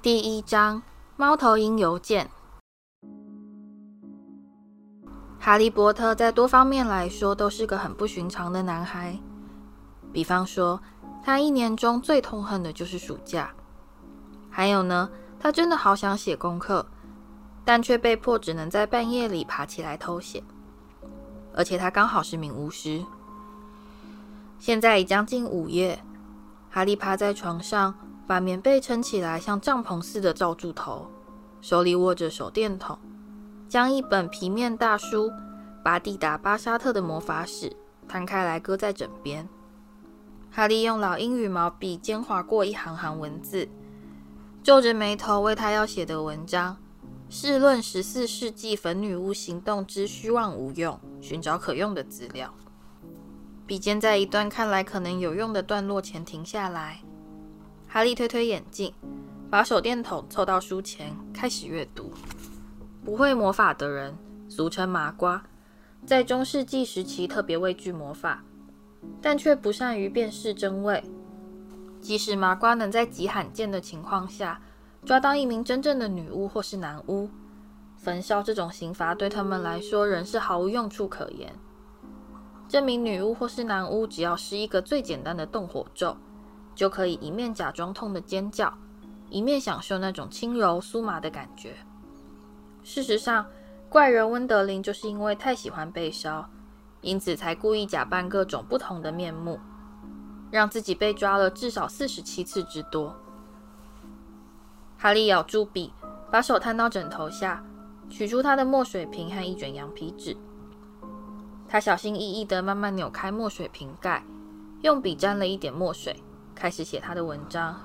第1章猫头鹰邮件。哈利波特在多方面来说都是个很不寻常的男孩。比方说，他一年中最痛恨的就是暑假。还有呢，他真的好想写功课，但却被迫只能在半夜里爬起来偷写。而且他刚好是名巫师。现在已将近午夜，哈利趴在床上，把棉被撑起来，像帐篷似的罩住头，手里握着手电筒，将一本皮面大书《巴蒂达·巴沙特的魔法史》摊开来搁在枕边。哈利用老鹰羽毛笔尖划过一行行文字，皱着眉头为他要写的文章试论14世纪粉女巫行动之虚妄无用，寻找可用的资料。笔尖在一段看来可能有用的段落前停下来，哈利推推眼镜，把手电筒凑到书前，开始阅读。不会魔法的人，俗称麻瓜，在中世纪时期特别畏惧魔法，但却不善于辨识真伪。即使麻瓜能在极罕见的情况下抓到一名真正的女巫或是男巫，焚烧这种刑罚对他们来说仍是毫无用处可言。这名女巫或是男巫只要施一个最简单的动火咒，就可以一面假装痛的尖叫，一面享受那种轻柔酥麻的感觉。事实上，怪人温德林就是因为太喜欢被烧，因此才故意假扮各种不同的面目，让自己被抓了至少47次之多。哈利咬住笔，把手探到枕头下，取出他的墨水瓶和一卷羊皮纸。他小心翼翼地慢慢扭开墨水瓶盖，用笔沾了一点墨水，开始写他的文章。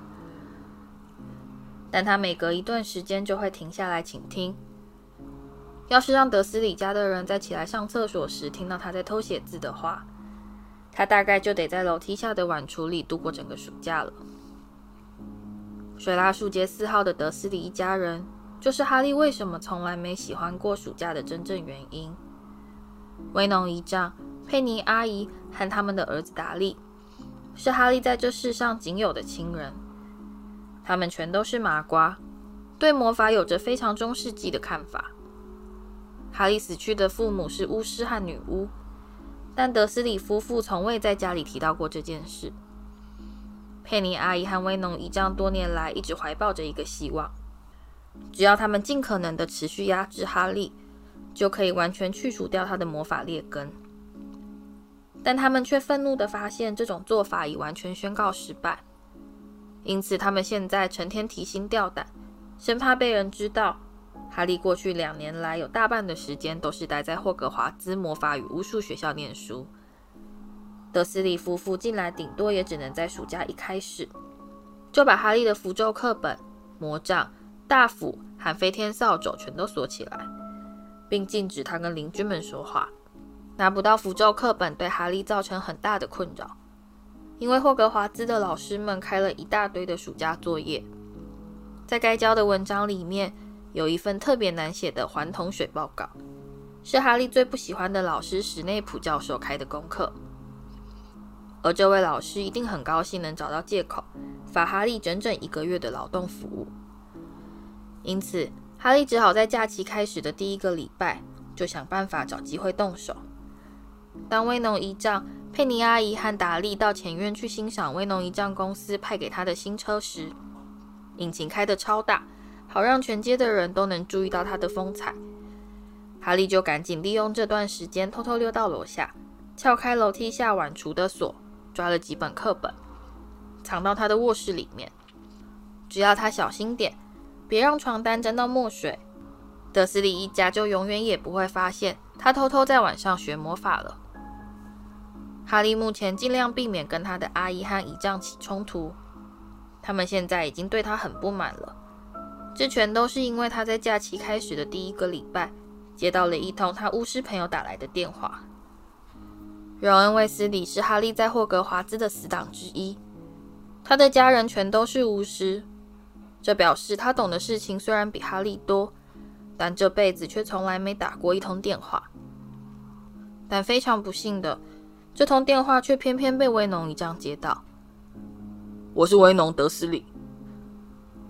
但他每隔一段时间就会停下来倾听。要是让德斯里家的人在起来上厕所时听到他在偷写字的话，他大概就得在楼梯下的碗橱里度过整个暑假了。水拉树街4号的德斯里一家人，就是哈利为什么从来没喜欢过暑假的真正原因。威农姨丈、佩妮阿姨和他们的儿子达利，是哈利在这世上仅有的亲人。他们全都是麻瓜，对魔法有着非常中世纪的看法。哈利死去的父母是巫师和女巫，但德斯里夫妇从未在家里提到过这件事。佩妮阿姨和威农姨丈多年来一直怀抱着一个希望，只要他们尽可能的持续压制哈利，就可以完全去除掉他的魔法劣根。但他们却愤怒地发现这种做法已完全宣告失败，因此他们现在成天提心吊胆，生怕被人知道哈利过去2年来有大半的时间都是待在霍格华兹魔法与巫术学校念书。德斯里夫妇近来顶多也只能在暑假一开始就把哈利的符咒课本、魔杖、大斧和飞天扫帚全都锁起来，并禁止他跟邻居们说话。拿不到符咒课本对哈利造成很大的困扰，因为霍格华兹的老师们开了一大堆的暑假作业，在该交的文章里面有一份特别难写的环统水报告，是哈利最不喜欢的老师史内普教授开的功课。而这位老师一定很高兴能找到借口罚哈利整整1个月的劳动服务。因此哈利只好在假期开始的第1个礼拜就想办法找机会动手。当威农姨丈、佩妮阿姨和达利到前院去欣赏威农姨丈公司派给他的新车时，引擎开得超大，好让全街的人都能注意到他的风采。哈利就赶紧利用这段时间偷偷溜到楼下，撬开楼梯下碗橱的锁，抓了几本课本，藏到他的卧室里面。只要他小心点，别让床单沾到墨水，德斯里一家就永远也不会发现他偷偷在晚上学魔法了。哈利目前尽量避免跟他的阿姨和姨丈起冲突，他们现在已经对他很不满了。这全都是因为他在假期开始的第1个礼拜接到了一通他巫师朋友打来的电话。荣恩·卫斯理是哈利在霍格华兹的死党之一，他的家人全都是巫师，这表示他懂的事情虽然比哈利多，但这辈子却从来没打过一通电话。但非常不幸的，这通电话却偏偏被威农姨丈接到。 我是威农·德斯里。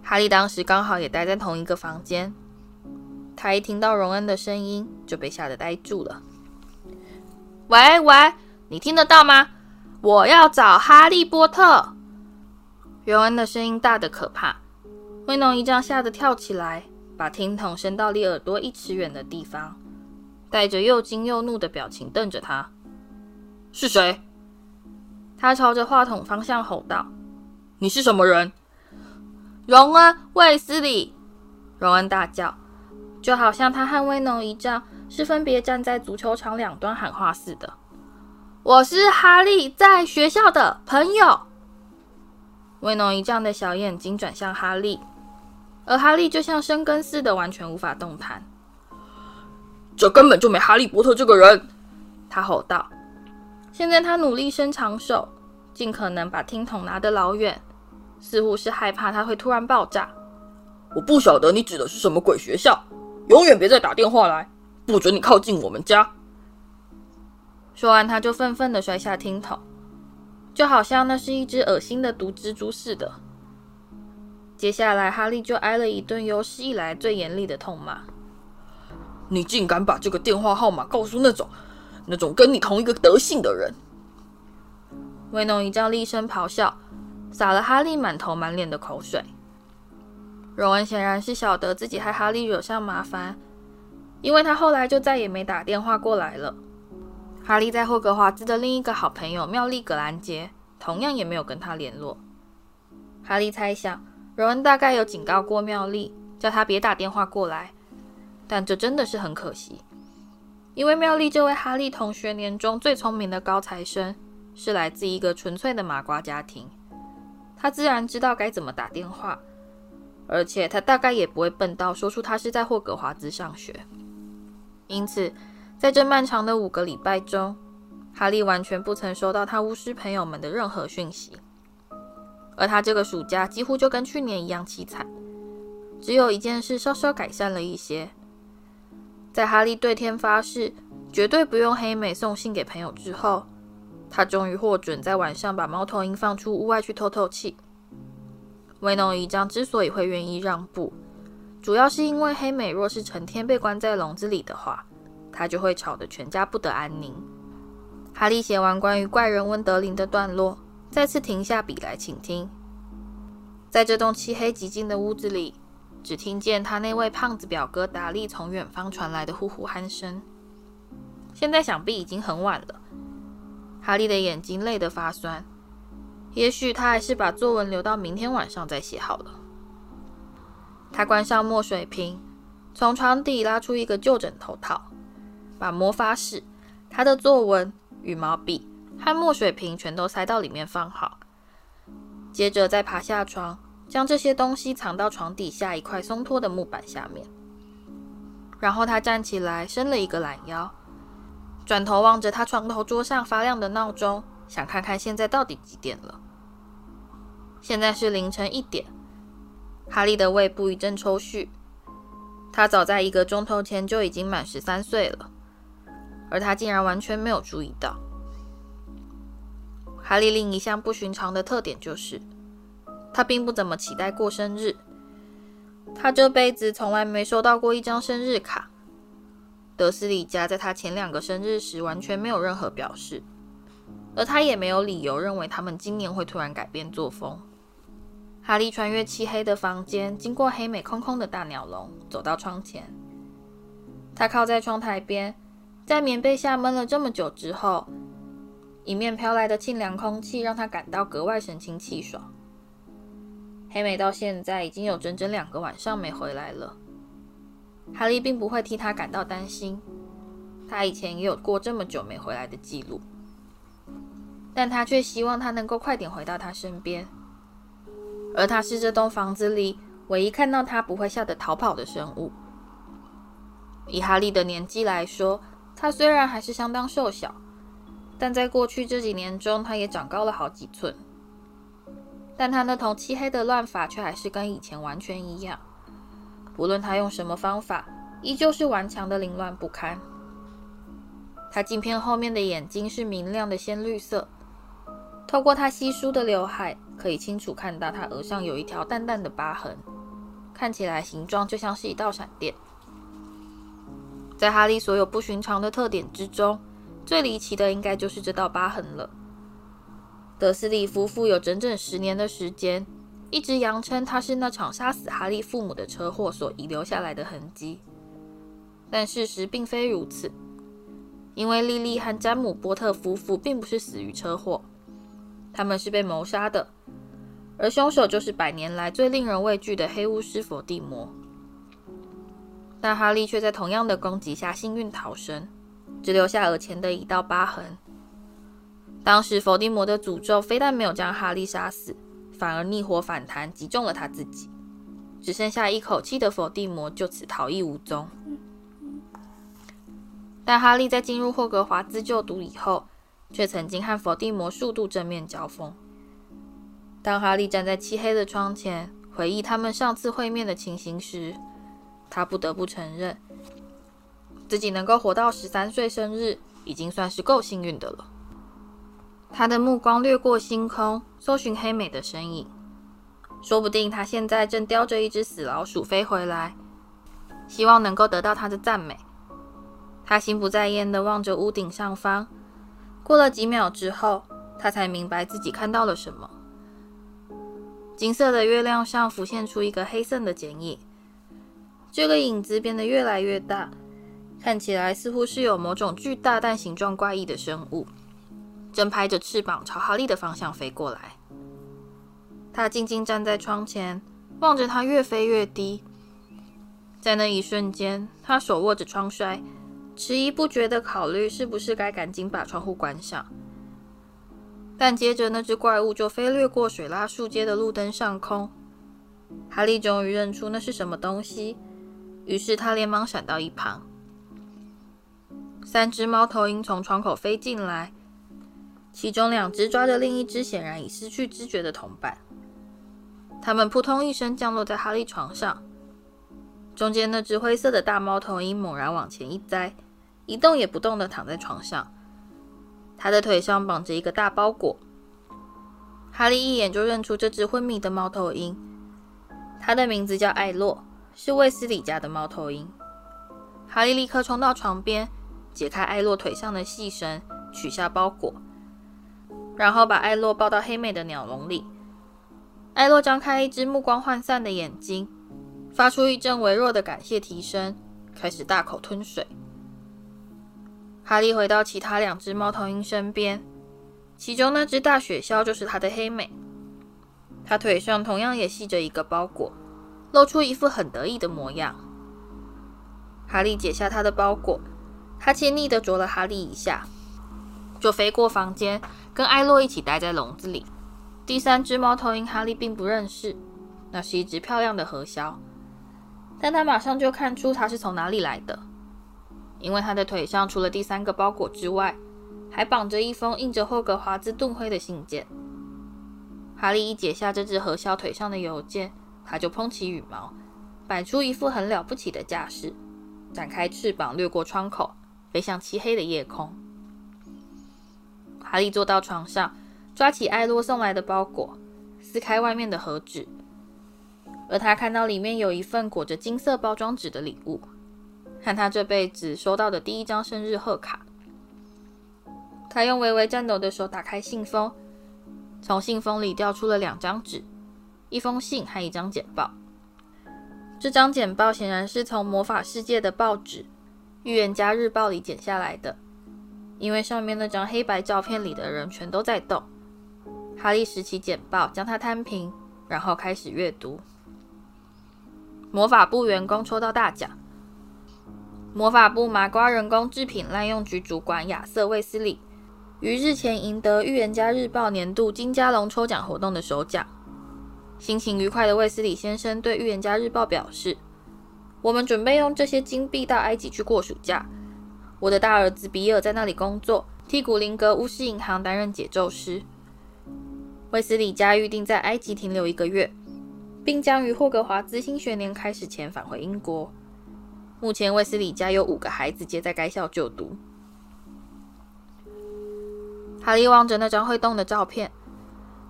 哈利当时刚好也待在同一个房间，他一听到荣恩的声音就被吓得呆住了。喂喂，你听得到吗？我要找哈利波特！荣恩的声音大得可怕，威农一丈吓得跳起来，把听筒伸到离耳朵1尺远的地方，带着又惊又怒的表情瞪着他。是谁？他朝着话筒方向吼道。你是什么人？荣恩·卫斯理！荣恩大叫，就好像他和威农一丈是分别站在足球场两端喊话似的。我是哈利在学校的朋友。威农一丈的小眼睛转向哈利，而哈利就像生根似的完全无法动弹。这根本就没哈利波特这个人！他吼道。现在他努力伸长手，尽可能把听筒拿得老远，似乎是害怕他会突然爆炸。我不晓得你指的是什么鬼学校，永远别再打电话来，不准你靠近我们家。说完，他就愤愤地摔下听筒，就好像那是一只恶心的毒蜘蛛似的。接下来，哈利就挨了一顿有史以来最严厉的痛骂。你竟敢把这个电话号码告诉那种跟你同一个德性的人！威农一丈厉声咆哮，洒了哈利满头满脸的口水。荣恩显然是晓得自己害哈利惹上麻烦，因为他后来就再也没打电话过来了。哈利在霍格华兹的另一个好朋友妙丽·葛兰杰同样也没有跟他联络。哈利猜想，荣恩大概有警告过妙丽，叫他别打电话过来，但这真的是很可惜，因为妙丽这位哈利同学年中最聪明的高材生，是来自一个纯粹的麻瓜家庭，他自然知道该怎么打电话，而且他大概也不会笨到说出他是在霍格华兹上学。因此在这漫长的5个礼拜中，哈利完全不曾收到他巫师朋友们的任何讯息，而他这个暑假几乎就跟去年一样凄惨，只有一件事稍稍改善了一些。在哈利对天发誓绝对不用黑莓送信给朋友之后，他终于获准在晚上把猫头鹰放出屋外去透透气。威农一丈之所以会愿意让步，主要是因为黑美若是成天被关在笼子里的话，他就会吵得全家不得安宁。哈利写完关于怪人温德林的段落，再次停下笔来倾听。在这栋漆黑寂静的屋子里，只听见他那位胖子表哥达利从远方传来的呼呼鼾声。现在想必已经很晚了，哈利的眼睛累得发酸，也许他还是把作文留到明天晚上再写好了。他关上墨水瓶，从床底拉出一个旧枕头套，把魔法史、他的作文、羽毛笔和墨水瓶全都塞到里面放好，接着再爬下床，将这些东西藏到床底下一块松脱的木板下面。然后他站起来，伸了一个懒腰，转头望着他床头桌上发亮的闹钟，想看看现在到底几点了。现在是凌晨1点，哈利的胃部一阵抽搐。他早在1个钟头前就已经满13岁了，而他竟然完全没有注意到。哈利另一项不寻常的特点就是，他并不怎么期待过生日。他这辈子从来没收到过一张生日卡。德斯里家在他前2个生日时完全没有任何表示，而他也没有理由认为他们今年会突然改变作风。哈利穿越漆黑的房间，经过黑美空空的大鸟笼，走到窗前。他靠在窗台边，在棉被下闷了这么久之后，迎面飘来的清凉空气让他感到格外神清气爽。黑美到现在已经有整整2个晚上没回来了。哈利并不会替他感到担心，他以前也有过这么久没回来的记录，但他却希望他能够快点回到他身边。而他是这栋房子里唯一看到他不会吓得逃跑的生物。以哈利的年纪来说，他虽然还是相当瘦小，但在过去这几年中，他也长高了好几寸。但他那头漆黑的乱发却还是跟以前完全一样，不论他用什么方法，依旧是顽强的凌乱不堪。他镜片后面的眼睛是明亮的鲜绿色， 透过他稀疏的刘海，可以清楚看到他额上有一条淡淡的疤痕，看起来形状就像是一道闪电。在哈利所有不寻常的特点之中，最离奇的应该就是这道疤痕了。德斯里夫妇有整整10年的时间，一直扬称它是那场杀死哈利父母的车祸所遗留下来的痕迹。但事实并非如此，因为莉莉和詹姆·波特夫妇并不是死于车祸，他们是被谋杀的，而凶手就是100年来最令人畏惧的黑巫师佛地魔。但哈利却在同样的攻击下幸运逃生，只留下额前的一道疤痕。当时佛地魔的诅咒非但没有将哈利杀死，反而逆火反弹，击中了他自己。只剩下一口气的佛地魔就此逃逸无踪。但哈利在进入霍格华兹就读以后，却曾经和佛地魔数度正面交锋。当哈利站在漆黑的窗前，回忆他们上次会面的情形时，他不得不承认，自己能够活到13岁生日，已经算是够幸运的了。他的目光掠过星空，搜寻黑美的身影。说不定他现在正叼着一只死老鼠飞回来，希望能够得到他的赞美。他心不在焉地望着屋顶上方，过了几秒之后，他才明白自己看到了什么。金色的月亮上浮现出一个黑色的剪影，这个影子变得越来越大，看起来似乎是有某种巨大但形状怪异的生物，正拍着翅膀朝哈利的方向飞过来。他静静站在窗前，望着它越飞越低。在那一瞬间，他手握着窗摔，迟疑不决地考虑是不是该赶紧把窗户关上。但接着那只怪物就飞掠过水蜡树街的路灯上空。哈利终于认出那是什么东西，于是他连忙闪到一旁。3只猫头鹰从窗口飞进来，其中2只抓着另一只显然已失去知觉的同伴。它们扑通一声降落在哈利床上，中间那只灰色的大猫头鹰猛然往前一栽，一动也不动地躺在床上。他的腿上绑着一个大包裹。哈利一眼就认出这只昏迷的猫头鹰，它的名字叫艾洛，是卫斯理家的猫头鹰。哈利立刻冲到床边，解开艾洛腿上的细绳，取下包裹，然后把艾洛抱到黑美的鸟笼里。艾洛张开一只目光涣散的眼睛，发出一阵微弱的感谢啼声，开始大口吞水。哈利回到其他2只猫头鹰身边，其中那只大雪橇就是他的黑美。他腿上同样也系着一个包裹，露出一副很得意的模样。哈利解下他的包裹，他亲昵地啄了哈利一下，就飞过房间，跟艾洛一起待在笼子里。第3只猫头鹰哈利并不认识，那是一只漂亮的荷鸮，但他马上就看出它是从哪里来的，因为他的腿上除了第3个包裹之外，还绑着一封印着霍格华兹盾徽的信件。哈利一解下这只荷鸮腿上的邮件，他就蓬起羽毛，摆出一副很了不起的架势，展开翅膀掠过窗口，飞向漆黑的夜空。哈利坐到床上，抓起艾洛送来的包裹，撕开外面的盒纸，而他看到里面有一份裹着金色包装纸的礼物，和他这辈子收到的第1张生日贺卡。他用微微颤抖的手打开信封，从信封里掉出了2张纸，一封信和1张简报。这张简报显然是从魔法世界的报纸《预言家日报》里剪下来的，因为上面那张黑白照片里的人全都在动。哈利拾起简报，将它摊平，然后开始阅读。魔法部员工抽到大奖，魔法部麻瓜人工制品滥用局主管亚瑟·卫斯理于日前赢得《预言家日报》年度金加龙抽奖活动的首奖。心情愉快的卫斯理先生对《预言家日报》表示：“我们准备用这些金币到埃及去过暑假。我的大儿子比尔在那里工作，替古灵阁巫师银行担任解咒师。卫斯理家预定在埃及停留1个月，并将于霍格华兹新学年开始前返回英国。目前卫斯理家有5个孩子皆在该校就读。”哈利望着那张会动的照片，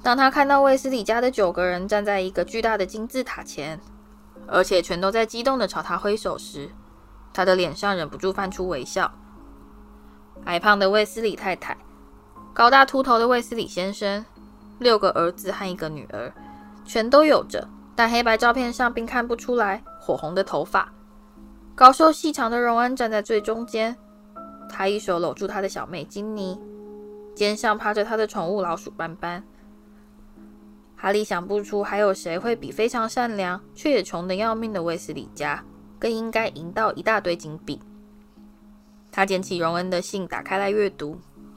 当他看到卫斯理家的9个人站在一个巨大的金字塔前，而且全都在激动地朝他挥手时，他的脸上忍不住泛出微笑。矮胖的卫斯理太太，高大秃头的卫斯理先生，6个儿子和1个女儿，全都有着，但黑白照片上并看不出来火红的头发。高瘦细长的荣恩站在最中间，他一手搂住他的小妹金妮，肩上趴着他的宠物老鼠斑斑。哈利想不出还有谁会比非常善良却也穷得要命的卫斯理家更应该赢到一大堆金币。他捡起荣恩的信，打开来阅读。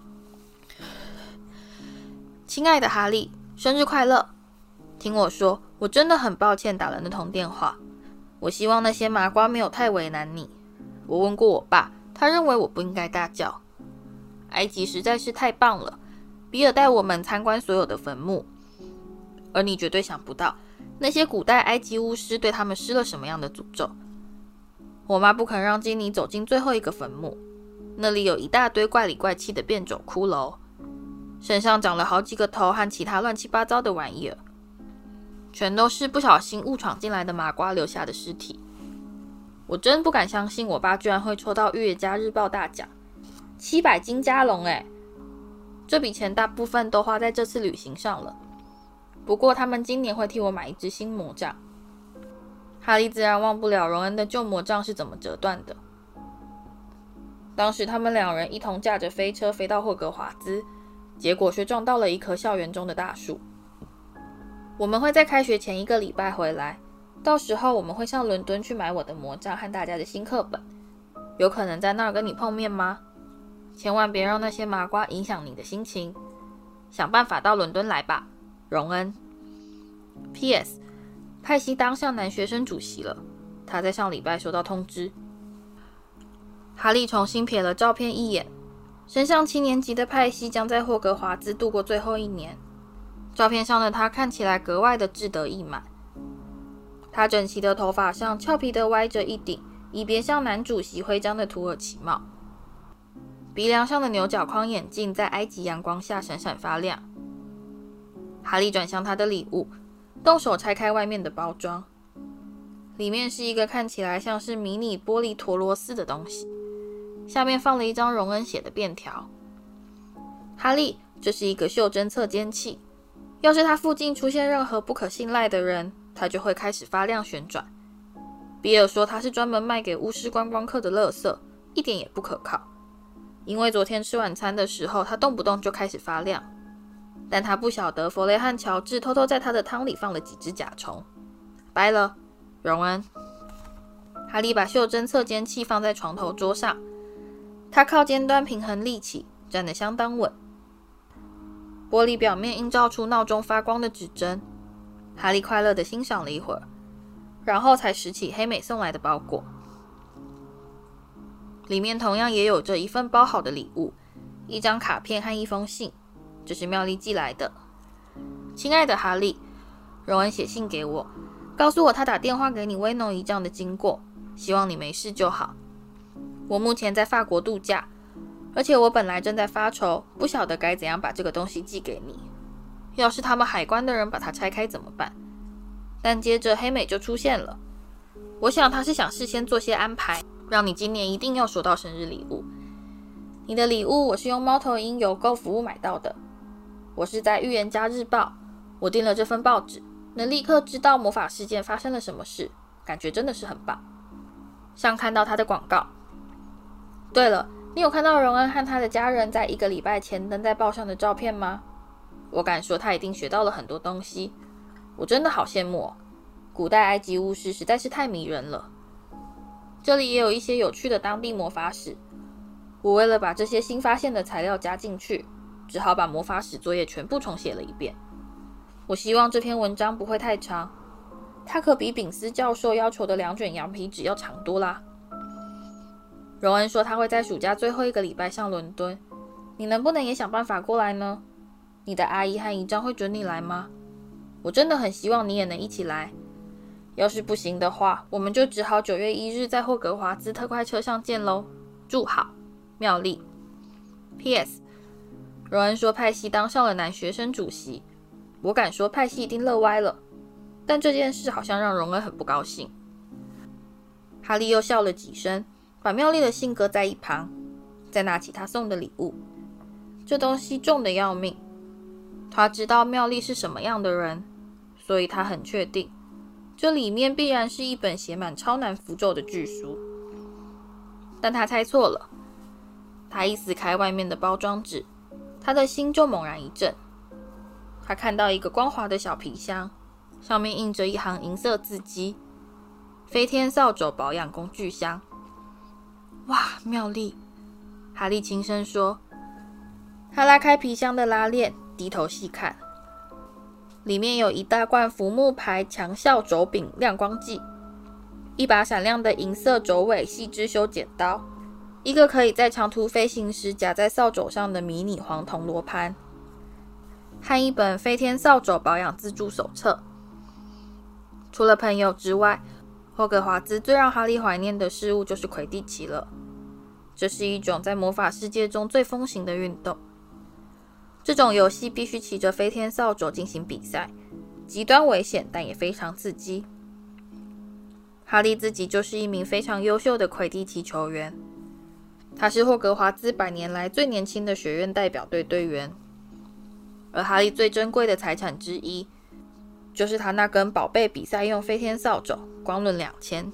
亲爱的哈利，生日快乐！听我说，我真的很抱歉打了那通电话。我希望那些麻瓜没有太为难你。我问过我爸，他认为我不应该大叫。埃及实在是太棒了，比尔带我们参观所有的坟墓。而你绝对想不到，那些古代埃及巫师对他们施了什么样的诅咒。我妈不肯让金妮走进最后一个坟墓，那里有一大堆怪里怪气的变种骷髅，身上长了好几个头和其他乱七八糟的玩意儿，全都是不小心误闯进来的麻瓜留下的尸体。我真不敢相信我爸居然会抽到《预言家日报》大奖，700金加龙耶！这笔钱大部分都花在这次旅行上了。不过他们今年会替我买一支新魔杖。哈利自然忘不了荣恩的旧魔杖是怎么折断的。当时他们2人一同驾着飞车飞到霍格华兹，结果却撞到了一棵校园中的大树。我们会在开学前1个礼拜回来，到时候我们会上伦敦去买我的魔杖和大家的新课本。有可能在那儿跟你碰面吗？千万别让那些麻瓜影响你的心情。想办法到伦敦来吧，荣恩。P.S. 派西当上男学生主席了，他在上礼拜收到通知。哈利重新瞥了照片一眼，升上7年级的派西将在霍格华兹度过最后1年。照片上的他看起来格外的志得意满，他整齐的头发上俏皮的歪着一顶以别向男主席徽章的土耳其帽，鼻梁上的牛角框眼镜在埃及阳光下闪闪发亮。哈利转向他的礼物，动手拆开外面的包装，里面是一个看起来像是迷你玻璃陀螺似的东西，下面放了一张荣恩写的便条。哈利，这是一个袖珍测间器，要是它附近出现任何不可信赖的人，它就会开始发亮旋转。比尔说它是专门卖给巫师观光客的垃圾，一点也不可靠，因为昨天吃晚餐的时候它动不动就开始发亮。但他不晓得弗雷和乔治偷偷在他的汤里放了几只甲虫。拜了，荣恩。哈利把袖珍测间器放在床头桌上，他靠尖端平衡力气，站得相当稳。玻璃表面映照出闹钟发光的指针。哈利快乐地欣赏了一会儿，然后才拾起黑美送来的包裹，里面同样也有着一份包好的礼物，一张卡片和一封信。这是妙丽寄来的。亲爱的哈利，荣恩写信给我，告诉我他打电话给你威农一仗的经过，希望你没事就好。我目前在法国度假，而且我本来正在发愁，不晓得该怎样把这个东西寄给你。要是他们海关的人把它拆开怎么办？但接着黑美就出现了，我想他是想事先做些安排，让你今年一定要收到生日礼物。你的礼物我是用猫头鹰邮购服务买到的。我是在《预言家日报》，我订了这份报纸，能立刻知道魔法事件发生了什么事，感觉真的是很棒。像看到他的广告。对了，你有看到荣恩和他的家人在1个礼拜前登在报上的照片吗？我敢说他一定学到了很多东西，我真的好羡慕哦。古代埃及巫师实在是太迷人了。这里也有一些有趣的当地魔法史，我为了把这些新发现的材料加进去，只好把魔法史作业全部重写了一遍。我希望这篇文章不会太长，它可比炳斯教授要求的2卷羊皮纸要长多啦。荣恩说他会在暑假最后1个礼拜上伦敦，你能不能也想办法过来呢？你的阿姨和姨丈会准你来吗？我真的很希望你也能一起来。要是不行的话，我们就只好9月1日在霍格华兹特快车上见咯。祝好，妙丽。P.S. 荣恩说派西当上了男学生主席， 我敢说派系一定乐歪了，但这件事好像让荣恩很不高兴。哈利又笑了几声，把妙丽的信搁在一旁，再拿起他送的礼物。这东西重得要命，他知道妙丽是什么样的人，所以他很确定，这里面必然是一本写满超难符咒的巨书。但他猜错了，他一撕开外面的包装纸，他的心就猛然一震。他看到一个光滑的小皮箱，上面印着一行银色字迹：飞天扫帚保养工具箱。哇，妙丽！哈利轻声说。他拉开皮箱的拉链，低头细看，里面有一大罐福木牌强效轴柄亮光剂，一把闪亮的银色轴尾细支修剪刀，一个可以在长途飞行时夹在扫帚上的迷你黄铜罗盘，和一本飞天扫帚保养自助手册。除了朋友之外，霍格华兹最让哈利怀念的事物就是魁地奇了。这是一种在魔法世界中最风行的运动。这种游戏必须骑着飞天扫帚进行比赛，极端危险，但也非常刺激。哈利自己就是一名非常优秀的魁地奇球员，他是霍格华兹100年来最年轻的学院代表队队员。而哈利最珍贵的财产之一，就是他那根宝贝比赛用飞天扫帚，光论2000。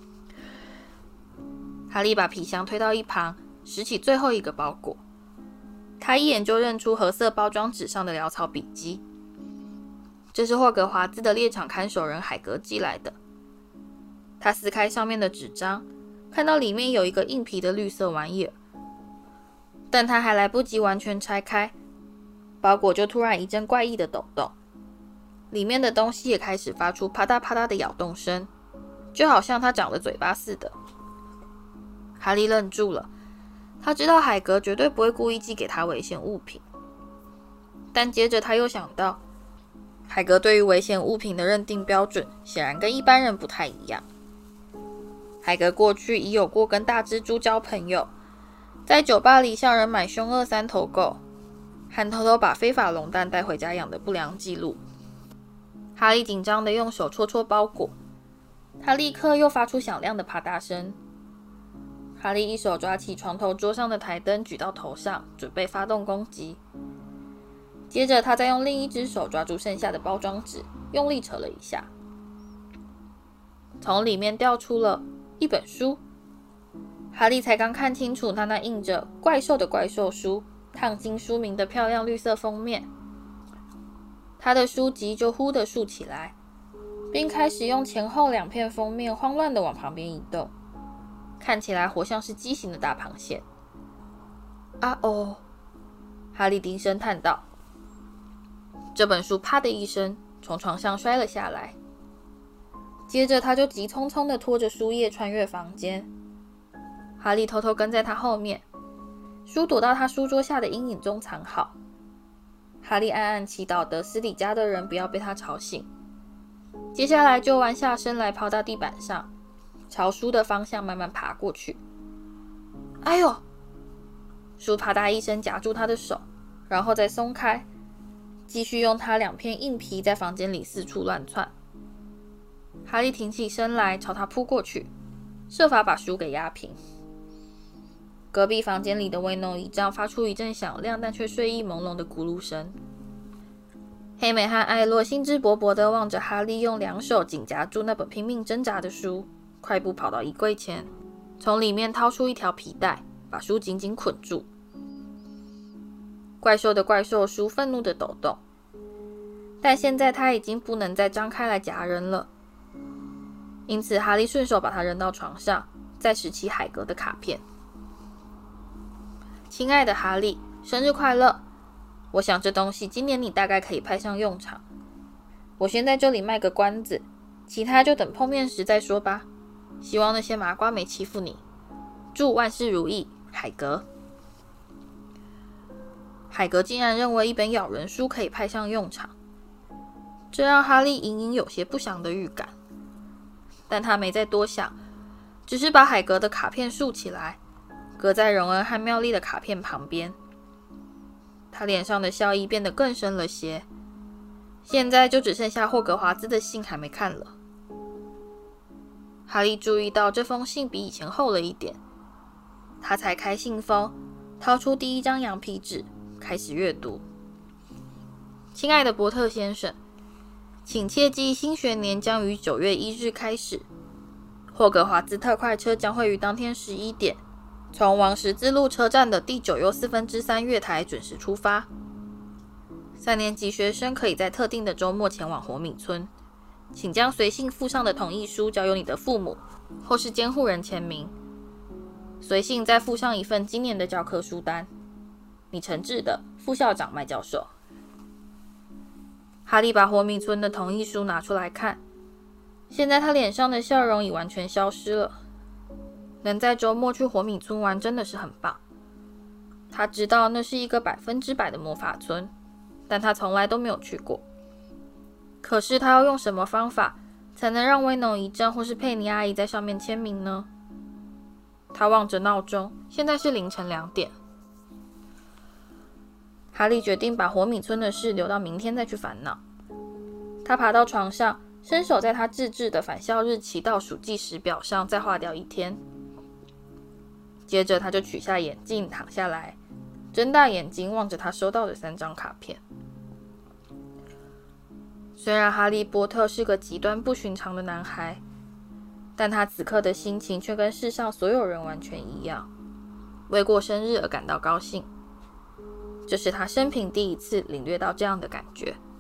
哈利把皮箱推到一旁，拾起最后一个包裹。他一眼就认出褐色包装纸上的潦草笔迹，这是霍格华兹的猎场看守人海格寄来的。他撕开上面的纸张，看到里面有一个硬皮的绿色玩意儿，但他还来不及完全拆开，包裹就突然一阵怪异的抖动，里面的东西也开始发出啪嗒啪嗒的咬动声，就好像它长了嘴巴似的。哈利愣住了，他知道海格绝对不会故意寄给他危险物品，但接着他又想到，海格对于危险物品的认定标准显然跟一般人不太一样。海格过去已有过跟大蜘蛛交朋友，在酒吧里向人买凶恶3头狗，和偷偷把非法龙蛋带回家养的不良记录。哈利紧张地用手戳戳包裹，他立刻又发出响亮的啪嗒声。哈利一手抓起床头桌上的台灯，举到头上，准备发动攻击。接着他再用另一只手抓住剩下的包装纸，用力扯了一下，从里面掉出了一本书。哈利才刚看清楚他那印着怪兽的怪兽书烫金书名的漂亮绿色封面，他的书籍就忽地竖起来，并开始用前后2片封面慌乱地往旁边移动，看起来活像是畸形的大螃蟹。啊哦，哈利低声叹道。这本书啪的一声从床上摔了下来，接着他就急匆匆地拖着书页穿越房间。哈利偷偷跟在他后面，书躲到他书桌下的阴影中藏好。哈利暗暗祈祷德斯里家的人不要被他吵醒，接下来就弯下身来抛到地板上，朝书的方向慢慢爬过去。哎呦！书啪嗒一声夹住他的手，然后再松开，继续用他2片硬皮在房间里四处乱窜。哈利挺起身来朝他扑过去，设法把书给压平。隔壁房间里的威诺仪仗发出一阵响亮但却睡意朦胧的咕噜声。黑美和艾洛兴致勃勃地望着哈利用2手紧夹住那本拼命挣扎的书，快步跑到衣柜前，从里面掏出一条皮带，把书紧紧捆住。怪兽的怪兽书愤怒地抖动，但现在它已经不能再张开来夹人了，因此哈利顺手把它扔到床上，再拾起海格的卡片。亲爱的哈利，生日快乐！我想这东西今年你大概可以派上用场。我先在这里卖个关子，其他就等碰面时再说吧。希望那些麻瓜没欺负你。祝万事如意，海格。海格竟然认为一本咬人书可以派上用场，这让哈利隐隐有些不祥的预感。但他没再多想，只是把海格的卡片竖起来，搁在荣恩和妙丽的卡片旁边。他脸上的笑意变得更深了些。 现在就只剩下霍格华兹的信还没看了。哈利注意到这封信比以前厚了一点，他才开信封，掏出第一张羊皮纸，开始阅读。亲爱的波特先生，请切记，新学年将于9月1日开始。霍格华兹特快车将会于当天11点，从王十字路车站的第9又3/4月台准时出发。3年级学生可以在特定的周末前往活米村，请将随信附上的同意书交由你的父母或是监护人签名。随信再附上一份今年的教科书单。你诚挚的副校长麦教授。哈利把活米村的同意书拿出来看，现在他脸上的笑容已完全消失了。能在周末去活米村玩真的是很棒。他知道那是一个100%的魔法村，但他从来都没有去过。可是他要用什么方法才能让威农姨丈或是佩妮阿姨在上面签名呢？他望着闹钟，现在是凌晨2点。哈利决定把活米村的事留到明天再去烦恼。他爬到床上，伸手在他自制的返校日期倒数计时表上再划掉1天。接着他就取下眼镜，躺下来，睁大眼睛望着他收到的3张卡片。虽然哈利波特是个极端不寻常的男孩，但他此刻的心情却跟世上所有人完全一样，为过生日而感到高兴。这是他生平第一次领略到这样的感觉。